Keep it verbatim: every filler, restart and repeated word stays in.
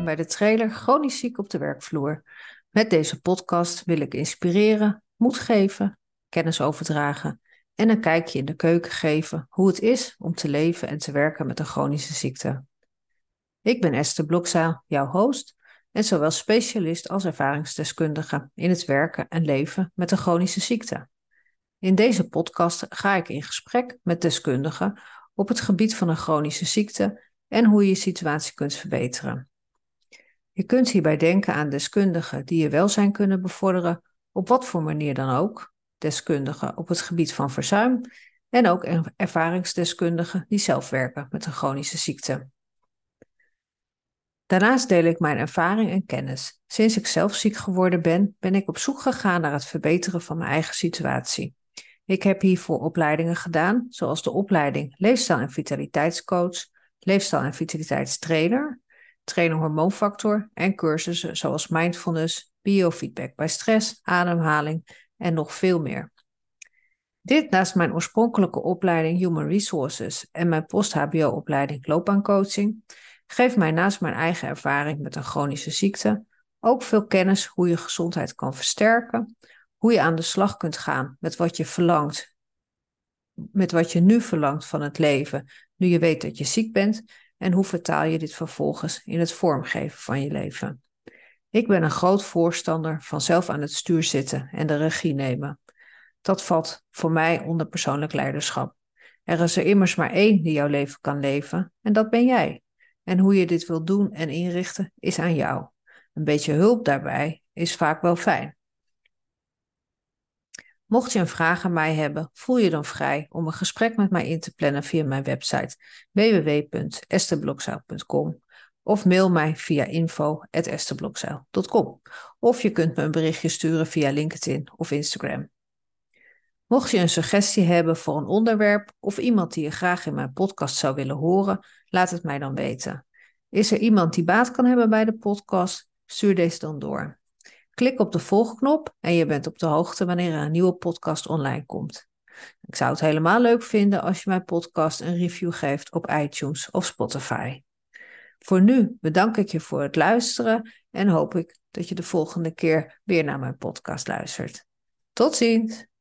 bij de trailer Chronisch ziek op de werkvloer. Met deze podcast wil ik inspireren, moed geven, kennis overdragen en een kijkje in de keuken geven hoe het is om te leven en te werken met een chronische ziekte. Ik ben Esther Blokzaal, jouw host en zowel specialist als ervaringsdeskundige in het werken en leven met een chronische ziekte. In deze podcast ga ik in gesprek met deskundigen op het gebied van een chronische ziekte en hoe je je situatie kunt verbeteren. Je kunt hierbij denken aan deskundigen die je welzijn kunnen bevorderen, op wat voor manier dan ook, deskundigen op het gebied van verzuim en ook ervaringsdeskundigen die zelf werken met een chronische ziekte. Daarnaast deel ik mijn ervaring en kennis. Sinds ik zelf ziek geworden ben, ben ik op zoek gegaan naar het verbeteren van mijn eigen situatie. Ik heb hiervoor opleidingen gedaan, zoals de opleiding Leefstijl- en Vitaliteitscoach, Leefstijl- en Vitaliteitstrainer, trainer hormoonfactor en cursussen zoals mindfulness, biofeedback bij stress, ademhaling en nog veel meer. Dit naast mijn oorspronkelijke opleiding Human Resources en mijn post-H B O-opleiding loopbaancoaching geeft mij naast mijn eigen ervaring met een chronische ziekte ook veel kennis hoe je gezondheid kan versterken, hoe je aan de slag kunt gaan met wat je verlangt, met wat je nu verlangt van het leven, nu je weet dat je ziek bent, en hoe vertaal je dit vervolgens in het vormgeven van je leven. Ik ben een groot voorstander van zelf aan het stuur zitten en de regie nemen. Dat valt voor mij onder persoonlijk leiderschap. Er is er immers maar één die jouw leven kan leven en dat ben jij. En hoe je dit wilt doen en inrichten is aan jou. Een beetje hulp daarbij is vaak wel fijn. Mocht je een vraag aan mij hebben, voel je dan vrij om een gesprek met mij in te plannen via mijn website w w w punt estherblokzaal punt com of mail mij via info at estherblokzaal punt com of je kunt me een berichtje sturen via LinkedIn of Instagram. Mocht je een suggestie hebben voor een onderwerp of iemand die je graag in mijn podcast zou willen horen, laat het mij dan weten. Is er iemand die baat kan hebben bij de podcast? Stuur deze dan door. Klik op de volgknop en je bent op de hoogte wanneer er een nieuwe podcast online komt. Ik zou het helemaal leuk vinden als je mijn podcast een review geeft op iTunes of Spotify. Voor nu bedank ik je voor het luisteren en hoop ik dat je de volgende keer weer naar mijn podcast luistert. Tot ziens!